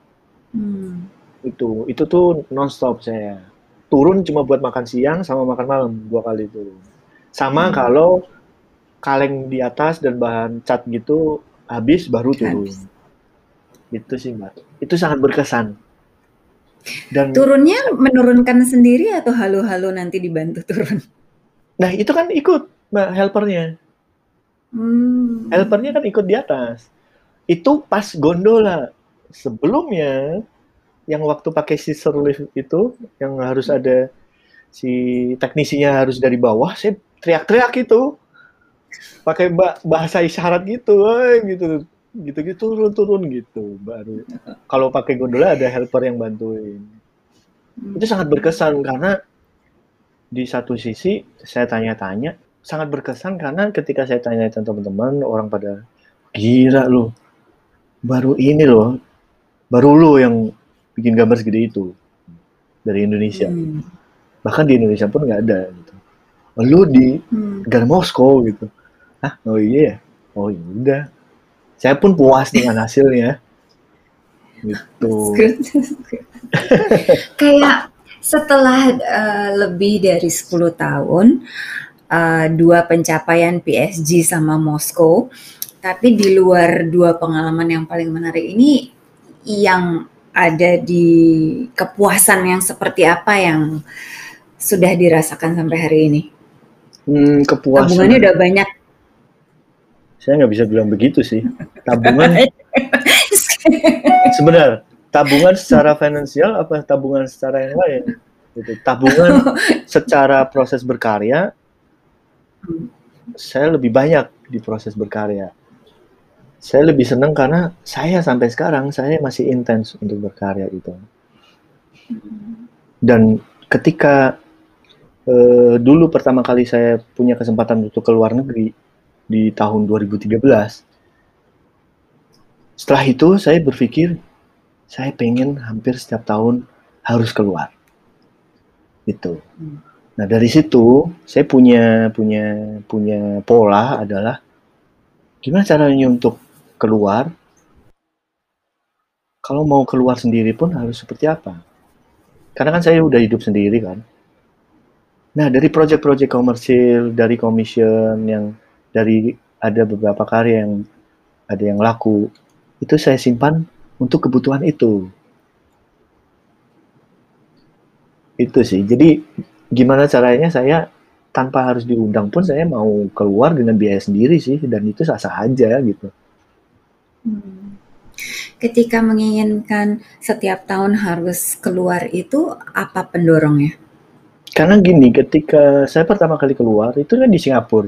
Itu tuh non-stop saya. Turun cuma buat makan siang sama makan malam 2 kali turun. Sama kalau kaleng di atas dan bahan cat gitu habis baru turun. Itu sih Mbak. Itu sangat berkesan. Dan turunnya menurunkan sendiri atau halo-halo nanti dibantu turun? Nah itu kan ikut Mbak helpernya. Helpernya kan ikut di atas. Itu pas gondola. Sebelumnya yang waktu pakai scissor lift itu yang harus ada si teknisinya harus dari bawah, saya teriak-teriak itu pakai bahasa isyarat gitu, gitu turun gitu baru. Kalau pakai gondola ada helper yang bantuin. Itu sangat berkesan karena di satu sisi saya tanya-tanya, sangat berkesan karena ketika saya tanya teman-teman orang pada gila loh, baru lo yang bikin gambar segede itu dari Indonesia. Bahkan di Indonesia pun nggak ada gitu. Lu di negara Moskow gitu. Hah? Oh iya. Oh iya udah. Saya pun puas dengan hasilnya. Gitu. Kayak setelah lebih dari 10 tahun, dua pencapaian PSG sama Moskow, tapi di luar dua pengalaman yang paling menarik ini, yang ada di kepuasan yang seperti apa yang sudah dirasakan sampai hari ini? Kepuasan. Tabungannya udah banyak. Saya nggak bisa bilang begitu sih. Tabungan. Sebenarnya tabungan secara finansial apa tabungan secara yang lain? Gitu. Tabungan secara proses berkarya, saya lebih banyak di proses berkarya. Saya lebih senang karena saya sampai sekarang saya masih intens untuk berkarya itu. Dan ketika dulu pertama kali saya punya kesempatan untuk ke luar negeri di tahun 2013, setelah itu saya berpikir saya pengen hampir setiap tahun harus keluar. Gitu. Nah dari situ saya punya pola adalah gimana caranya untuk keluar. Kalau mau keluar sendiri pun harus seperti apa? Karena kan saya udah hidup sendiri kan. Nah dari project-project komersil, dari commission yang dari ada beberapa karya yang ada yang laku, itu saya simpan untuk kebutuhan itu. Itu sih. Jadi gimana caranya saya tanpa harus diundang pun saya mau keluar dengan biaya sendiri sih, dan itu sah-sah aja gitu. Ketika menginginkan setiap tahun harus keluar itu apa pendorongnya? Karena gini, ketika saya pertama kali keluar itu kan di Singapura.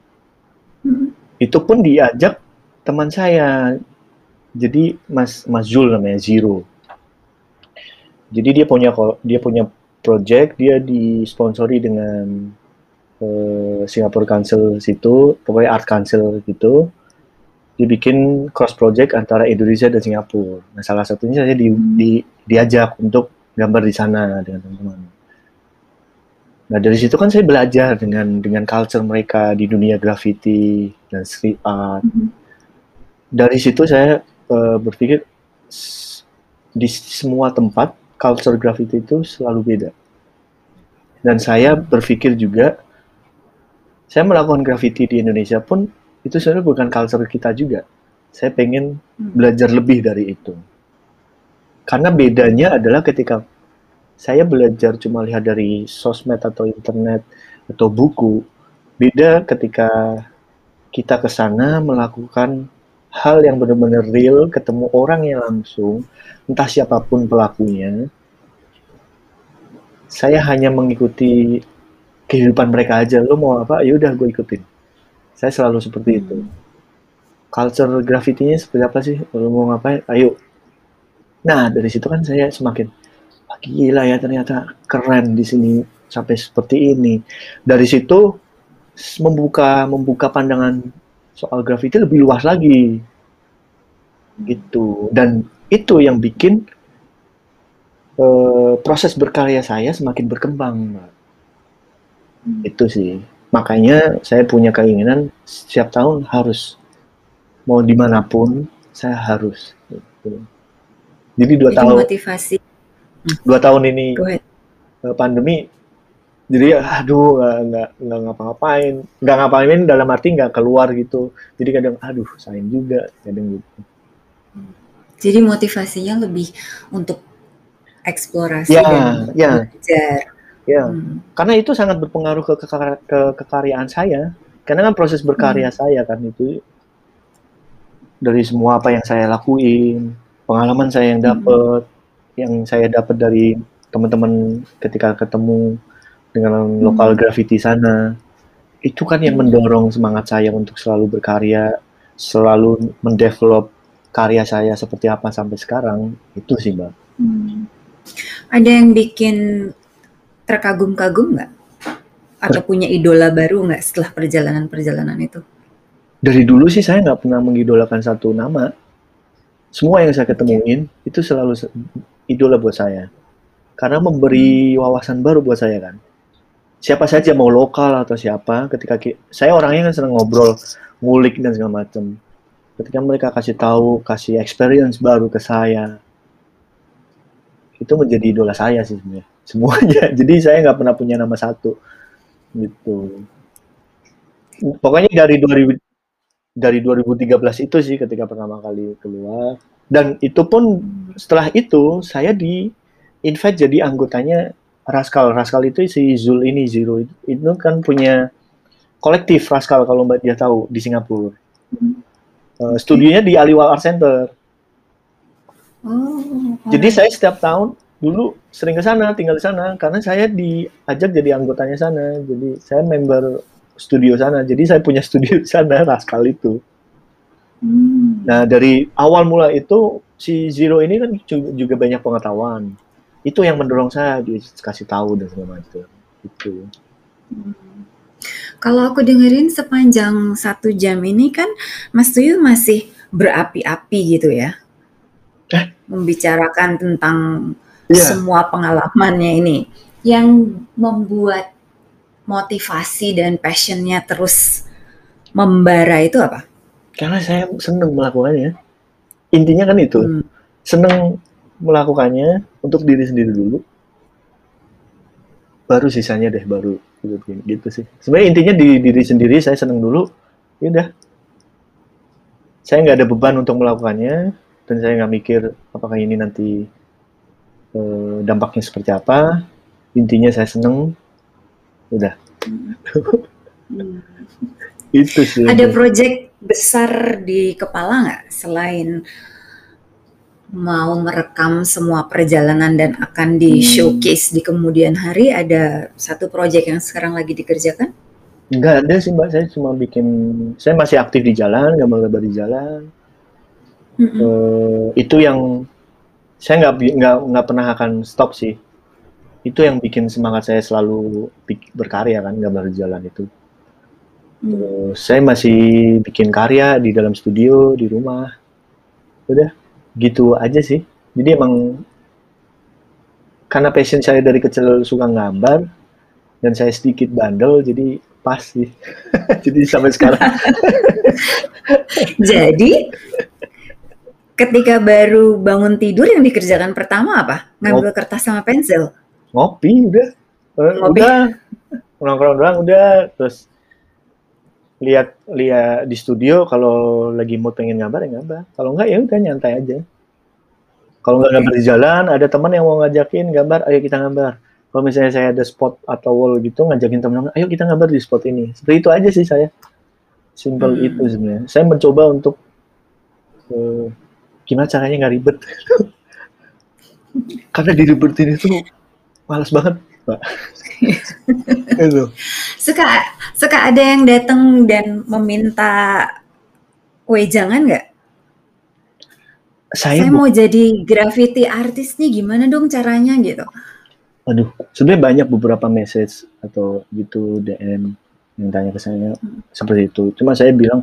Itu pun diajak teman saya. Jadi Mas Zul namanya, Zero. Jadi dia punya project, dia disponsori dengan Singapore Council situ, pokoknya Art Council gitu. Dia bikin cross project antara Indonesia dan Singapura. Nah, salah satunya saya diajak untuk gambar di sana dengan teman-teman. Nah, dari situ kan saya belajar dengan culture mereka di dunia graffiti dan street art. Dari situ saya berpikir di semua tempat culture graffiti itu selalu beda. Dan saya berpikir juga, saya melakukan graffiti di Indonesia pun itu sebenarnya bukan culture kita juga. Saya pengen belajar lebih dari itu. Karena bedanya adalah ketika saya belajar cuma lihat dari sosmed atau internet atau buku, beda ketika kita ke sana melakukan hal yang benar-benar real, ketemu orang yang langsung, entah siapapun pelakunya. Saya hanya mengikuti kehidupan mereka aja. Lo mau apa? Ya udah gue ikutin. Saya selalu seperti itu. Culture graffiti-nya seperti apa sih? Lo mau ngapain? Ayo. Nah, dari situ kan saya semakin gila ya, ternyata keren di sini sampai seperti ini. Dari situ membuka pandangan soal graffiti lebih luas lagi. Gitu. Dan itu yang bikin proses berkarya saya semakin berkembang. Itu sih. Makanya saya punya keinginan setiap tahun harus, mau dimanapun saya harus. Gitu. Jadi 2 tahun. Motivasi. 2 tahun ini pandemi, Jadi aduh nggak ngapa-ngapain, nggak ngapain dalam arti nggak keluar gitu. Jadi kadang aduh sayang juga kadang gitu. Jadi motivasinya lebih untuk eksplorasi dan Ya, belajar. ya. Karena itu sangat berpengaruh ke kekaryaan saya. Karena kan proses berkarya saya kan itu dari semua apa yang saya lakuin, pengalaman saya yang saya dapat dari teman-teman ketika ketemu dengan lokal graffiti sana, itu kan yang mendorong semangat saya untuk selalu berkarya, selalu mendevelop karya saya seperti apa sampai sekarang, itu sih Mbak. Ada yang bikin terkagum-kagum nggak? Atau punya idola baru nggak setelah perjalanan-perjalanan itu? Dari dulu sih saya nggak pernah mengidolakan satu nama. Semua yang saya ketemuin itu selalu idola buat saya. Karena memberi wawasan baru buat saya kan. Siapa saja mau lokal atau siapa, ketika saya orangnya kan senang ngobrol, ngulik dan segala macam. Ketika mereka kasih tahu, kasih experience baru ke saya, itu menjadi idola saya sih sebenarnya. Semuanya. Jadi saya nggak pernah punya nama satu. Gitu. Pokoknya dari 2013 itu sih ketika pertama kali keluar. Dan itu pun setelah itu saya di invite jadi anggotanya Rascal. Rascal itu si Zul ini, Zero itu kan punya kolektif Rascal kalau Mbak dia tahu di Singapura. Studionya di Aliwal Art Center. Jadi saya setiap tahun dulu sering ke sana, tinggal di sana karena saya diajak jadi anggotanya sana. Jadi saya member studio sana. Jadi saya punya studio di sana Rascal itu. Nah, dari awal mula itu si Zero ini kan juga banyak pengetahuan. Itu yang mendorong saya dikasih tahu dan segala macam. Itu. Kalau aku dengerin sepanjang 1 jam ini kan Mas Tuyu masih berapi-api gitu ya. Membicarakan tentang semua pengalamannya ini. Yang membuat motivasi dan passion-nya terus membara itu apa? Karena saya senang melakukannya. Intinya kan itu. Senang melakukannya untuk diri sendiri dulu. Baru sisanya deh baru gitu sih. Sebenarnya intinya di diri sendiri saya senang dulu. Ya udah. Saya nggak ada beban untuk melakukannya dan saya nggak mikir apakah ini nanti dampaknya seperti apa. Intinya saya senang. Udah. Itu sih. Ada proyek besar di kepala nggak selain mau merekam semua perjalanan dan akan di showcase di kemudian hari? Ada satu proyek yang sekarang lagi dikerjakan? Nggak ada sih Mbak, saya cuma saya masih aktif di jalan, gambar-gambar di jalan. Itu yang saya nggak pernah akan stop sih. Itu yang bikin semangat saya selalu berkarya kan, gambar di jalan itu. Saya masih bikin karya di dalam studio, di rumah. Udah, gitu aja sih. Jadi emang karena passion saya dari kecil suka gambar dan saya sedikit bandel, jadi pas sih. Jadi sampai sekarang. Jadi ketika baru bangun tidur yang dikerjakan pertama apa? Ngambil kertas sama pensil? Ngopi udah. Udah nongkrong doang udah, terus lihat di studio kalau lagi mood pengen gambar ya gambar, kalau enggak ya udah nyantai aja. Kalau nggak gambar di jalan, ada teman yang mau ngajakin gambar, ayo kita gambar. Kalau misalnya saya ada spot atau wall gitu, ngajakin teman-teman, ayo kita gambar di spot ini. Seperti itu aja sih saya. Simple itu sebenarnya. Saya mencoba untuk gimana caranya nggak ribet. Karena diribetin itu malas banget, Pak. Suka ada yang datang dan meminta wejangan nggak? Saya mau jadi graffiti artis nih, gimana dong caranya gitu? Aduh, sebenarnya banyak beberapa message atau gitu DM yang tanya ke saya seperti itu. Cuma saya bilang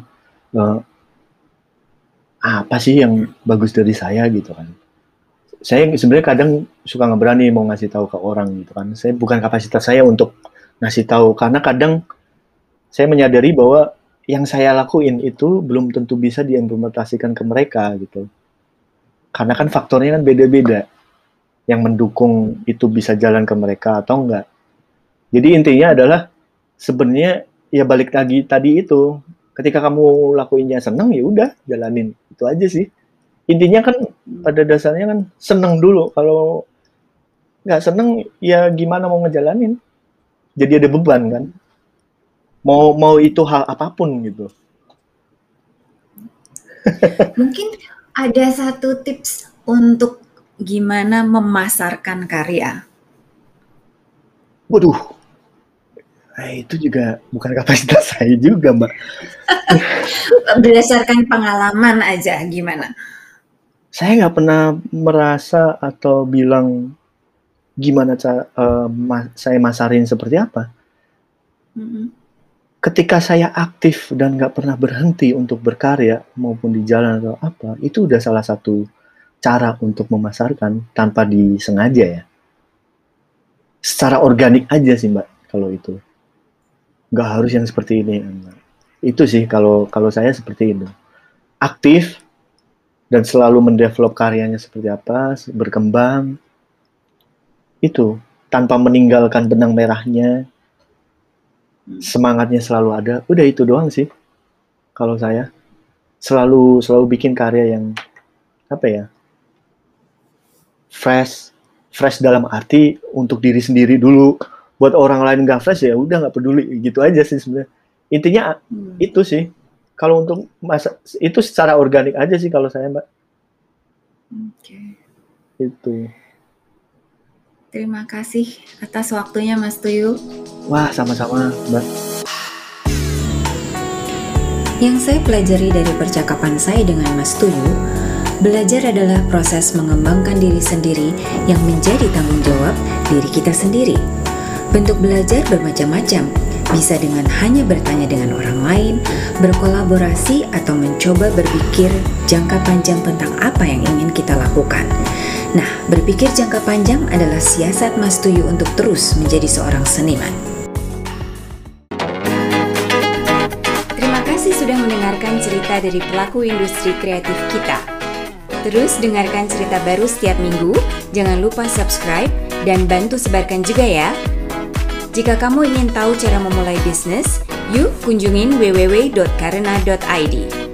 apa sih yang bagus dari saya gitu kan? Saya sebenarnya kadang suka nggak berani mau ngasih tahu ke orang gitu kan. Saya bukan kapasitas saya untuk ngasih tahu karena kadang saya menyadari bahwa yang saya lakuin itu belum tentu bisa diimplementasikan ke mereka gitu. Karena kan faktornya kan beda-beda yang mendukung itu bisa jalan ke mereka atau enggak. Jadi intinya adalah sebenarnya ya balik lagi tadi itu, ketika kamu lakuinnya seneng ya udah jalanin, itu aja sih. Intinya kan pada dasarnya kan seneng dulu, kalau nggak seneng ya gimana mau ngejalanin, jadi ada beban kan, mau itu hal apapun gitu. Mungkin ada satu tips untuk gimana memasarkan karya. Waduh, itu juga bukan kapasitas saya juga, Mbak. Berdasarkan pengalaman aja, gimana? Saya nggak pernah merasa atau bilang gimana saya masarin seperti apa. Ketika saya aktif dan nggak pernah berhenti untuk berkarya maupun di jalan atau apa, itu udah salah satu cara untuk memasarkan tanpa disengaja ya. Secara organik aja sih Mbak, kalau itu. Nggak harus yang seperti ini. Itu sih kalau saya seperti itu. Aktif dan selalu mendevelop karyanya seperti apa, berkembang. Itu tanpa meninggalkan benang merahnya. Semangatnya selalu ada. Udah itu doang sih. Kalau saya selalu bikin karya yang apa ya? Fresh dalam arti untuk diri sendiri dulu. Buat orang lain nggak fresh ya udah nggak peduli, gitu aja sih sebenarnya. Intinya itu sih. Kalau untuk itu secara organik aja sih kalau saya, Mbak. Oke. Itu. Terima kasih atas waktunya Mas Tuyu. Wah, sama-sama, Mbak. Yang saya pelajari dari percakapan saya dengan Mas Tuyu, belajar adalah proses mengembangkan diri sendiri yang menjadi tanggung jawab diri kita sendiri. Bentuk belajar bermacam-macam, bisa dengan hanya bertanya dengan orang lain, berkolaborasi, atau mencoba berpikir jangka panjang tentang apa yang ingin kita lakukan. Nah, berpikir jangka panjang adalah siasat Mas Tuyu untuk terus menjadi seorang seniman. Terima kasih sudah mendengarkan cerita dari pelaku industri kreatif kita. Terus dengarkan cerita baru setiap minggu, jangan lupa subscribe dan bantu sebarkan juga ya. Jika kamu ingin tahu cara memulai bisnis, yuk kunjungin www.karena.id.